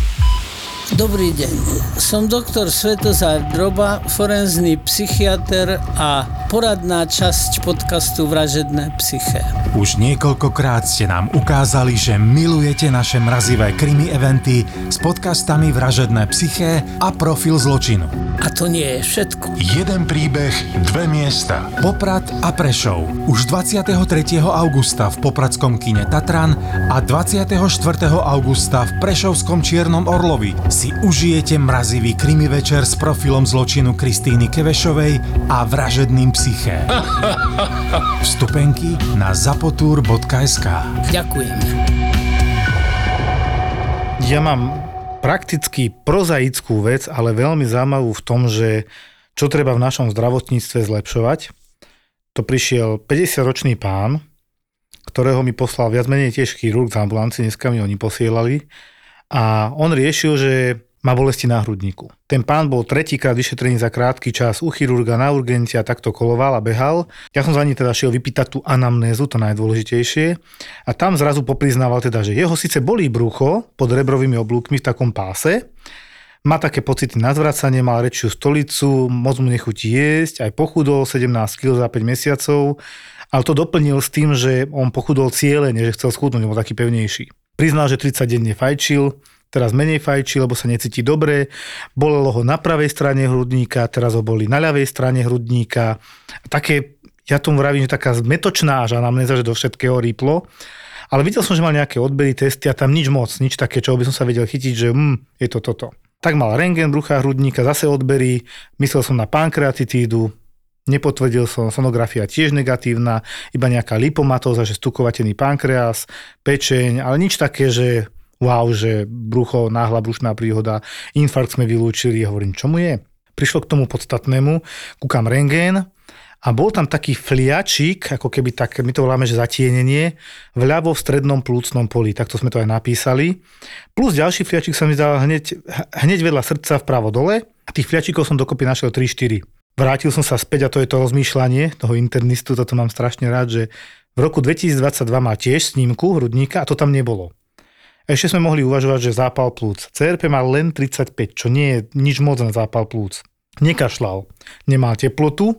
Dobrý deň, som doktor Svetozár Droba, forenzný psychiater a poradná časť podcastu Vražedné psyché. Už niekoľkokrát ste nám ukázali, že milujete naše mrazivé krimi eventy s podcastami Vražedné psyché a Profil zločinu. A to nie je všetko. Jeden príbeh, 2 miesta. Poprad a Prešov. Už 23. augusta v popradskom kine Tatran a 24. augusta v prešovskom Čiernom Orlovi si užijete mrazivý krimi večer s Profilom zločinu Kristíny Kevešovej a Vražedným psyché. Vstupenky na zapotur.sk. Ďakujem. Ja mám prakticky prozaickú vec, ale veľmi zaujímavú v tom, že čo treba v našom zdravotníctve zlepšovať. To prišiel 50-ročný pán, ktorého mi poslal viac menej tiež chirurg z ambulancie, dneska mi oni posielali. A on riešil, že má bolesti na hrudníku. Ten pán bol tretíkrát vyšetrený za krátky čas u chirurga na urgencii a takto koloval a behal. Ja som za ním teda šiel vypýtať tú anamnézu, to najdôležitejšie. A tam zrazu popriznával teda, že jeho síce bolí brucho pod rebrovými oblúkmi v takom páse, má také pocity na zvracanie, mal väčšiu stolicu, moc mu nechutí jesť, aj pochudol 17 kg za 5 mesiacov, ale to doplnil s tým, že on pochudol cieľene, že chcel schudnúť, bol taký pevnejší. Priznal, že 30 denne fajčil, teraz menej fajčí, lebo sa necíti dobre. Bolelo ho na pravej strane hrudníka, teraz ho boli na ľavej strane hrudníka. Také, ja tomu vravím, že taká zmetočná anamnéza, že do všetkého rýplo. Ale videl som, že mal nejaké odbery, testy a tam nič moc, nič také, čo by som sa vedel chytiť, že je to toto. Tak mal rentgen brucha hrudníka, zase odbery, myslel som na pankreatitídu, nepotvrdil som, sonografia tiež negatívna, iba nejaká lipomatóza, že stukovatený pankreas, pečeň, ale nič také, že wow, že brucho, náhla brušná príhoda, infarkt sme vylúčili, hovorím, čo mu je? Prišlo k tomu podstatnému, kúkam rentgen a bol tam taký fliačik, ako keby tak, my to voláme, že zatienenie, vľavo v strednom plúcnom poli, takto sme to aj napísali. Plus ďalší fliačik sa mi zdal hneď vedľa srdca vpravo dole a tých fliačikov som dokopy našiel 3-4. Vrátil som sa späť a to je to rozmýšľanie toho internistu, toto mám strašne rád, že v roku 2022 má tiež snímku hrudníka a to tam nebolo. Ešte sme mohli uvažovať, že zápal plúc. CRP mal len 35, čo nie je nič moc na zápal plúc. Nekašľal, nemal teplotu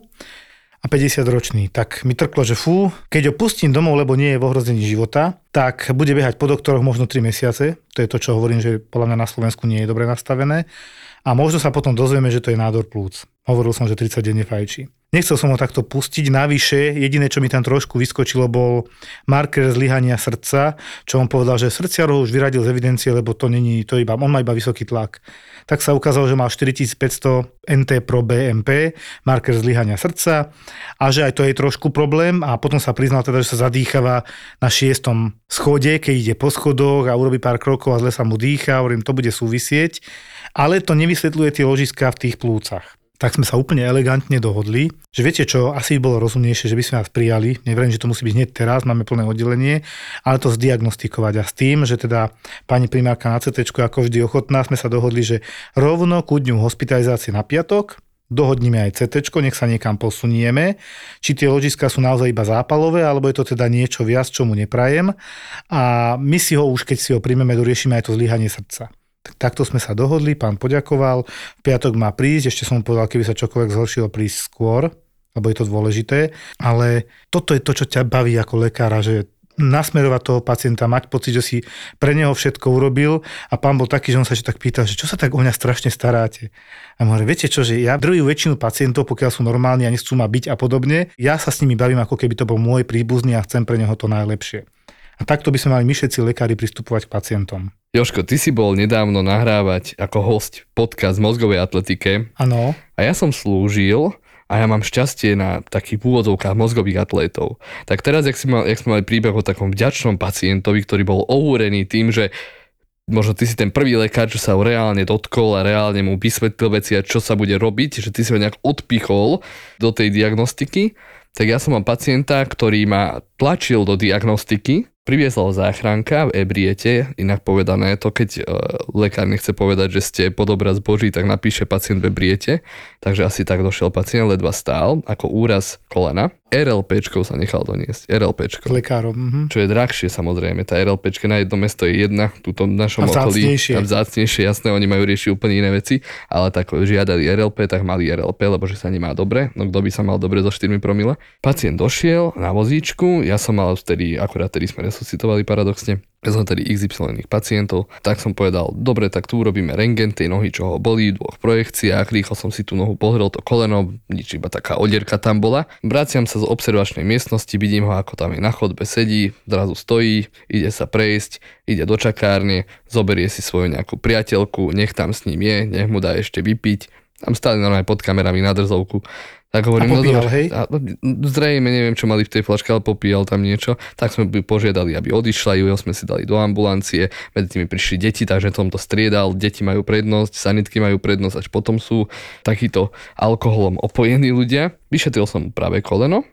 a 50-ročný. Tak mi trklo, že keď ho pustím domov, lebo nie je v ohrození života, tak bude behať po doktoroch možno 3 mesiace. To je to, čo hovorím, že podľa mňa na Slovensku nie je dobre nastavené. A možno sa potom dozvieme, že to je nádor plúc. Hovoril som, že 30 denne fajčí. Nechcel som ho takto pustiť. Navyše, jediné, čo mi tam trošku vyskočilo, bol marker zlyhania srdca, čo on povedal, že srdciar ho už vyradil z evidencie, lebo to není, to iba, on má iba vysoký tlak. Tak sa ukázalo, že má 4500 NT-proBNP, marker zlyhania srdca a že aj to je trošku problém a potom sa priznal teda, že sa zadýchava na 6. schode, keď ide po schodoch a urobí pár krokov a zle sa mu dýcha, hovorím, to bude súvisieť, ale to nevysvetľuje tie ložiská v tých plúcach. Tak sme sa úplne elegantne dohodli, že viete čo, asi by bolo rozumnejšie, že by sme vás prijali, neverím, že to musí byť hneď teraz, máme plné oddelenie, ale to zdiagnostikovať a s tým, že teda pani primárka na CT, ako vždy ochotná, sme sa dohodli, že rovno ku dňu hospitalizácie na piatok dohodníme aj CT, nech sa niekam posunieme, či tie ložiská sú naozaj iba zápalové, alebo je to teda niečo viac, čo mu neprajem a my si ho už, keď si ho príjmeme, doriešime aj to zlyhanie srdca. Takto sme sa dohodli, pán poďakoval, v piatok má prísť, ešte som mu povedal, keby sa čokoľvek zhoršilo, prísť skôr, lebo je to dôležité, ale toto je to, čo ťa baví ako lekára, že nasmerovať toho pacienta, mať pocit, že si pre neho všetko urobil a pán bol taký, že on sa ešte tak pýtal, že čo sa tak o mňa strašne staráte. A hovorím, viete čo, že ja druhú väčšinu pacientov, pokiaľ sú normálni a nechcú ma byť a podobne, ja sa s nimi bavím, ako keby to bol môj príbuzný a chcem pre neho to najlepšie. A takto by sme mali my všetci lekári pristupovať k pacientom. Jožko, ty si bol nedávno nahrávať ako host podcast Mozgovej atletike. Áno. A ja som slúžil a ja mám šťastie na takých úvodzovkách mozgových atlétov. Tak teraz, jak sme mali príbeh o takom vďačnom pacientovi, ktorý bol ohúrený tým, že možno ty si ten prvý lekár, čo sa ho reálne dotkol a reálne mu vysvetlil veci a čo sa bude robiť, že ty si ho nejak odpichol do tej diagnostiky, tak ja som mal pacienta, ktorý ma tlačil do diagnostiky. Priviezla ho záchranka v ebriete, inak povedané to, keď lekár nechce povedať, že ste pod obraz Boží, tak napíše pacient v ebriete, takže asi tak došiel pacient, ledva stál, ako úraz kolena. RLPčkou sa nechal doniesť, RLPčkou. Lekárom. Čo je drahšie samozrejme, tá RLPčka na jedno mesto je jedna, tuto v našom okolí. A vzácnejšie, jasné, oni majú riešiť úplne iné veci, ale tak žiadali RLP, tak mali RLP, lebo že sa nemá dobre, no kto by sa mal dobre so 4 promile. Pacient došiel na vozíčku, ja som mal vtedy, akurát tedy sme resuscitovali paradoxne, ja som tedy XY pacientov, tak som povedal, dobre, tak tu urobíme rentgen tej nohy, čo ho bolí, v 2 projekciách, rýchlo som si tú nohu pozrel, to koleno, nič, iba taká odierka tam bola. Vraciam sa z observačnej miestnosti, vidím ho, ako tam je na chodbe, sedí, zrazu stojí, ide sa prejsť, ide do čakárne, zoberie si svoju nejakú priateľku, nech tam s ním je, nech mu dá ešte vypiť. Tam stáli normálne pod kamerami na drzovku. Tak hovorím, a popíjal, hej? Zrejme, neviem, čo mali v tej flaške, ale popíjal tam niečo. Tak sme požiadali, aby odišla, ju sme si dali do ambulancie, medzi tými prišli deti, takže som to striedal, deti majú prednosť, sanitky majú prednosť, až potom sú takíto alkoholom opojení ľudia. Vyšetril som práve koleno,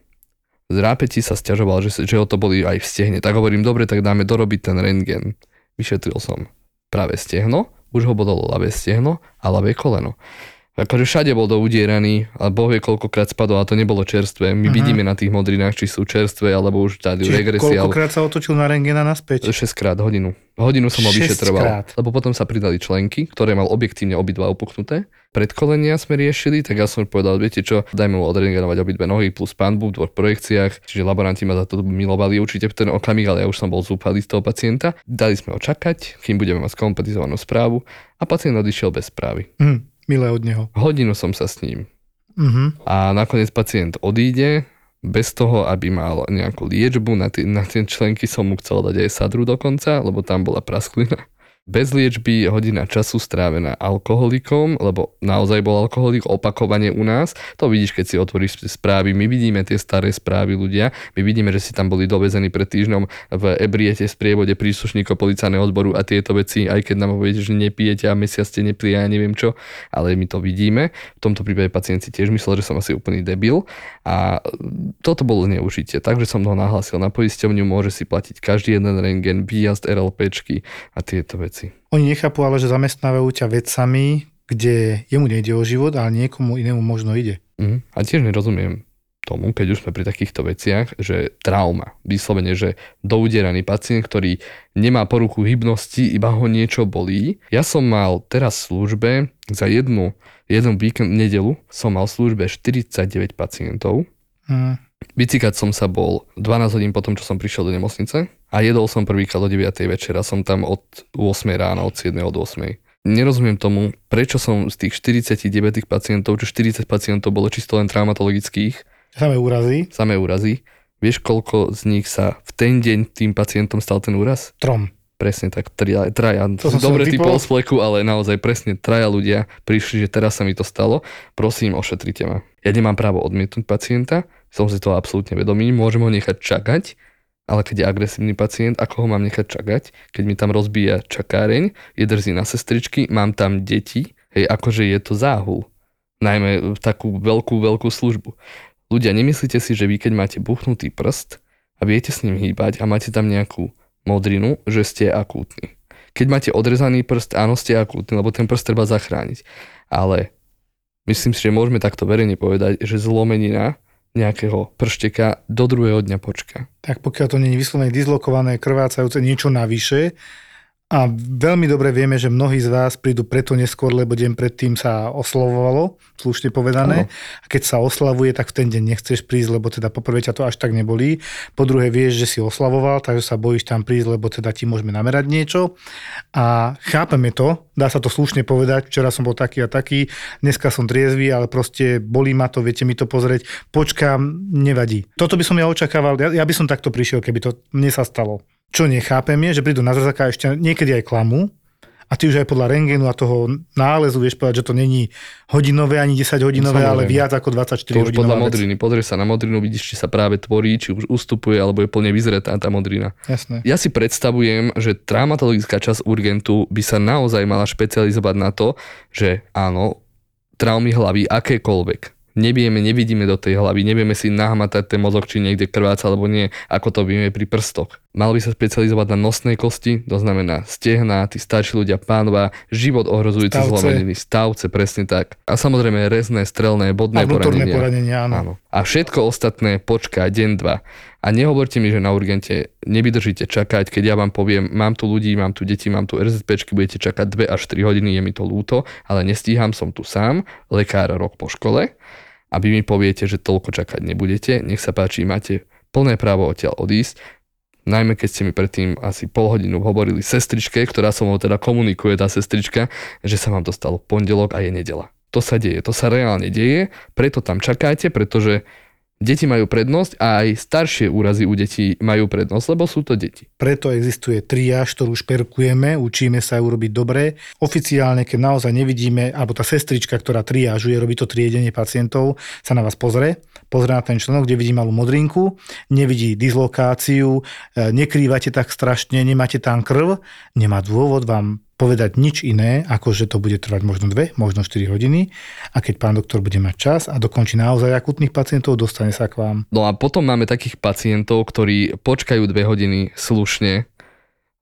z rápetí sa sťažoval, že ho to boli aj v stehne. Tak hovorím, dobre, tak dáme dorobiť ten rentgen. Vyšetril som práve stehno, už ho bolelo ľavé stehno a ľavé koleno. Akože všade bol doudieraný a Boh vie koľkokrát spadol a to nebolo čerstvé. My vidíme na tých modrinách, či sú čerstvé alebo už štádiu regresie. Koľkokrát sa otočil na rentgena naspäť? 6 krát hodinu. Hodinu som ho vyšetroval. Lebo potom sa pridali členky, ktoré mal objektívne obidva opuchnuté. Predkolenia sme riešili, tak ja som povedal, viete čo, dajme mu odrengenovať obidve nohy plus panbu v 2 projekciách. Čiže laboranti ma za to milovali určite v ten okamih, ale ja už som bol zúfalý z toho pacienta. Dali sme ho čakať, kým budeme mať skompletizovanú správu a pacient odišiel bez správy. Milé od neho. Hodinu som sa s ním. A nakoniec pacient odíde bez toho, aby mal nejakú liečbu. Na tie členky som mu chcel dať aj sadru dokonca, lebo tam bola prasklina. Bez liečby hodina času strávená alkoholikom, lebo naozaj bol alkoholik opakovane u nás. To vidíš, keď si otvoríš správy. My vidíme tie staré správy ľudia. My vidíme, že si tam boli dovezení pred týždňom v ebriete v sprievode príslušníkov policajného odboru a tieto veci, aj keď nám poviete, že nepijete a mesiac ste nepili, ja neviem čo, ale my to vidíme. V tomto prípade pacient si tiež myslel, že som asi úplný debil a toto bolo zneužitie. Takže som ho nahlásil na poisťovňu, môže si platiť každý jeden rentgen, výjazd RLPčky a tieto veci. Oni nechápu ale, že zamestnávajú ťa vecami, kde jemu nejde o život, ale niekomu inému možno ide. A tiež nerozumiem tomu, keď už sme pri takýchto veciach, že trauma, vyslovene, že doudieraný pacient, ktorý nemá poruchu hybnosti, iba ho niečo bolí. Ja som mal teraz v službe za jeden víkend, nedelu, som mal v službe 49 pacientov. Bicykať som sa bol 12 hodín potom, čo som prišiel do nemocnice a jedol som prvýkrát o 9. večera, som tam od 8 rána, od 7. od 8. Nerozumiem tomu, prečo som z tých 49 pacientov, čo 40 pacientov bolo čisto len traumatologických. Samé úrazy. Vieš, koľko z nich sa v ten deň tým pacientom stal ten úraz? 3. Presne tak, traja. Dobre typol z fleku, ale naozaj presne 3 ľudia prišli, že teraz sa mi to stalo. Prosím, ošetrite ma. Ja nemám právo odmietnúť pacienta, som si toho absolútne vedomý, môžem ho nechať čakať, ale keď je agresívny pacient, ako ho mám nechať čakať? Keď mi tam rozbíja čakáreň, je drzí na sestričky, mám tam deti, akože je to záhul. Najmä takú veľkú službu. Ľudia, nemyslíte si, že vy keď máte buchnutý prst a viete s ním hýbať a máte tam nejakú modrinu, že ste akútni. Keď máte odrezaný prst, áno, ste akútni, lebo ten prst treba zachrániť. Ale myslím si, že môžeme takto verejne povedať, že zlomenina nejakého pršteka do druhého dňa počka. Tak pokiaľ to nie je vyslovene dislokované, krvácajúce, niečo navyše, a veľmi dobre vieme, že mnohí z vás prídu preto neskôr, lebo deň predtým sa oslavovalo, slušne povedané. A keď sa oslavuje, tak v ten deň nechceš prísť, lebo teda poprvé ťa to až tak nebolí. Po druhé vieš, že si oslavoval, takže sa bojíš tam prísť, lebo teda ti môžeme namerať niečo. A chápeme to, dá sa to slušne povedať, včera som bol taký a taký, dneska som triezvy, ale proste bolí ma to, viete mi to pozrieť, počkám, nevadí. Toto by som ja očakával, ja by som takto prišiel, keby to mne sa stalo. Čo nechápem je, že prídu na zrzáka a ešte niekedy aj klamú a ty už aj podľa rentgenu a toho nálezu vieš povedať, že to není hodinové ani 10 hodinové, ale viac ako 24 hodinové. To už podľa modriny. Pozrieš sa na modrinu, vidíš, či sa práve tvorí, či už ustupuje, alebo je plne vyzretá tá modrina. Jasné. Ja si predstavujem, že traumatologická časť urgentu by sa naozaj mala špecializovať na to, že áno, traumy hlavy akékoľvek. Nevidíme do tej hlavy, nevieme si nahmatať ten mozog, či niekde krváca alebo nie, ako to vieme pri prstoch. Mal by sa špecializovať na nosnej kosti, to znamená stehná, tí starší ľudia, pánva, život ohrozujúci zlomeniny, stavce, presne tak. A samozrejme rezné, strelné, bodné poranenia. Áno. A všetko ostatné počká deň, 2. A nehovorte mi, že na urgente nevydržíte čakať, keď ja vám poviem, mám tu ľudí, mám tu deti, mám tu RZPčky, budete čakať 2 až 3 hodiny, je mi to ľúto, ale nestíham, som tu sám, lekár rok po škole. A vy mi poviete, že toľko čakať nebudete, nech sa páči, máte plné právo odtiaľ odísť. Najmä keď ste mi predtým asi pol hodinu hovorili sestričke, ktorá so mnou teda komunikuje, tá sestrička, že sa vám to stalo pondelok a je nedeľa. To sa deje, to sa reálne deje, preto tam čakáte, pretože deti majú prednosť a aj staršie úrazy u detí majú prednosť, lebo sú to deti. Preto existuje triáž, ktorú šperkujeme, učíme sa ju robiť dobre. Oficiálne, keď naozaj nevidíme, alebo tá sestrička, ktorá triážuje, robí to triedenie pacientov, sa na vás pozrie na ten členok, kde vidí malú modrinku, nevidí dislokáciu, nekrývate tak strašne, nemáte tam krv, nemá dôvod vám povedať nič iné, ako že to bude trvať možno 2, možno 4 hodiny a keď pán doktor bude mať čas a dokončí naozaj akutných pacientov, dostane sa k vám. No a potom máme takých pacientov, ktorí počkajú 2 hodiny slušne,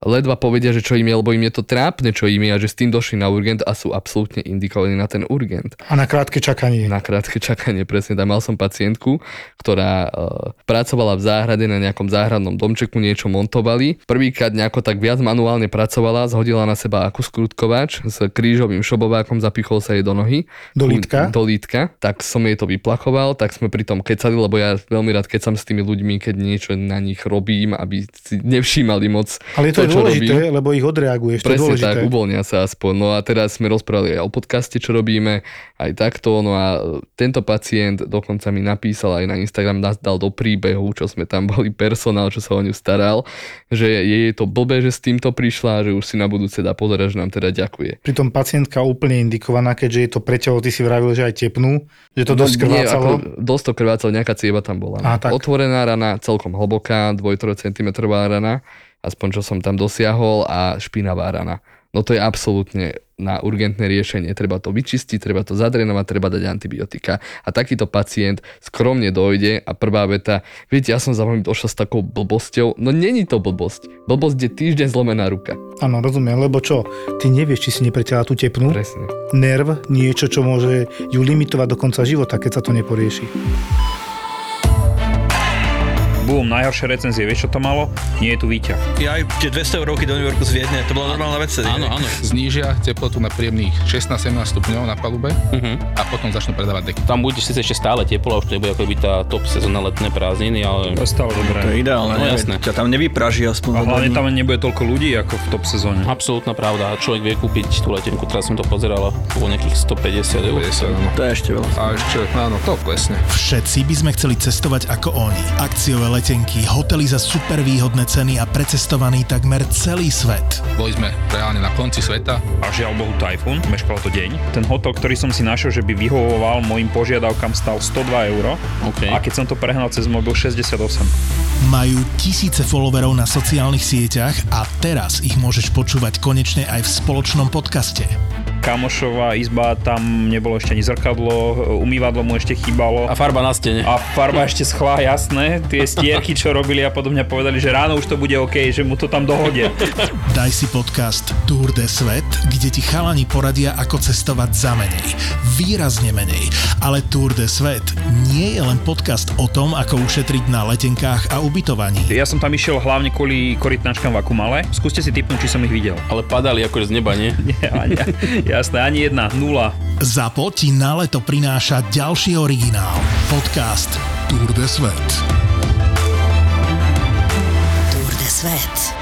ledva povedia, že čo im je, lebo im je to trápne, čo im je a že s tým došli na urgent a sú absolútne indikovaní na ten urgent. A na krátke čakanie. Na krátke čakanie, presne. Tam mal som pacientku, ktorá pracovala v záhrade na nejakom záhradnom domčeku, niečo montovali. Prvýkrát nejako tak viac manuálne pracovala, zhodila na seba akuskrutkovač s krížovým šobovákom, zapichol sa jej do nohy. Do lítka. Tak som jej to vyplachoval, tak sme pri tom kecali, lebo ja veľmi rád kecam s tými ľuďmi, keď niečo na nich robím, aby si nevšímali moc. Ale to je dôležité, lebo ich odreaguješ. Presne to je dôležité. tak, uvoľnia sa aspoň. No a teraz sme rozprávali aj o podcaste, čo robíme, aj takto. No a tento pacient dokonca mi napísal aj na Instagram, nás dal do príbehu, čo sme tam boli, personál, čo sa o ňu staral, že je to blbé, že s týmto prišla, že už si na budúce dá pozerať, že nám teda ďakuje. Pritom pacientka úplne indikovaná, keďže je to preťaho, ty si vravil, že aj tepnú, že to dosť krvácalo. Dosť to krvácalo, nejaká cieva tam bola. Otvorená rana, celkom hlboká, 2-3 cm rana, aspoň čo som tam dosiahol, a špinavá rana. No to je absolútne na urgentné riešenie. Treba to vyčistiť, treba to zadrenovať, treba dať antibiotika. A takýto pacient skromne dojde a prvá veta, viete, ja som za vami došla s takou blbosťou. No není to blbosť. Blbosť je týždeň zlomená ruka. Áno, rozumiem, lebo čo? Ty nevieš, či si nepreťala tú tepnú. Presne. Nerv, niečo, čo môže ju limitovať do konca života, keď sa to neporieši. Bum, najhoršie recenzie, vieš čo to malo? Nie je tu Víťa. Ja aj tie 200 € do New Yorku z Viedne, to bola normálna vec. Áno. Znížia teplotu na príjemných 16-17 stupňov na palube a potom začnú predávať deky. Tam bude síce ešte stále teplo, už to nebude ako by tá top sezóna letné prázdniny, ale... To je stále dobré. To je ideálne, no, jasné. Ťa tam nevypraží aspoň. A hlavne tam nebude toľko ľudí ako v top sezóne. Absolútna pravda. Človek vie kúpiť tú letenku, teraz som to pozeral, po nejakých 150 €. To je ešte veľa. A ešte, áno, to klesne. Všetci by sme chceli cestovať ako oni. Akciové letenky, hotely za super výhodné ceny a precestovaný takmer celý svet. Boli sme reálne na konci sveta. A žiaľ Bohu tajfún, meškalo to deň. Ten hotel, ktorý som si našiel, že by vyhovoval mojim požiadavkám, stal 102 €. Okay. A keď som to prehnal cez mobil, 68. Majú tisíce followerov na sociálnych sieťach a teraz ich môžeš počúvať konečne aj v spoločnom podcaste. Kamošová izba, tam nebolo ešte ani zrkadlo, umývadlo mu ešte chýbalo. A farba na stene. A farba ešte schla, jasné. Tie stierky, čo robili a podobne, povedali, že ráno už to bude OK, že mu to tam dohodia. Daj si podcast Tour de Svet, kde ti chalani poradia, ako cestovať za menej. Výrazne menej. Ale Tour de Svet nie je len podcast o tom, ako ušetriť na letenkách a ubytovaní. Ja som tam išiel hlavne kvôli korytnačkám v Akumale. Skúste si tipnúť, či som ich videl. Ale padali akože z neba, nie? Nie, jasné, ani jedna, 0. ZAPO ti na leto prináša ďalší originál. Podcast Tour de Svet. Tour de Svet.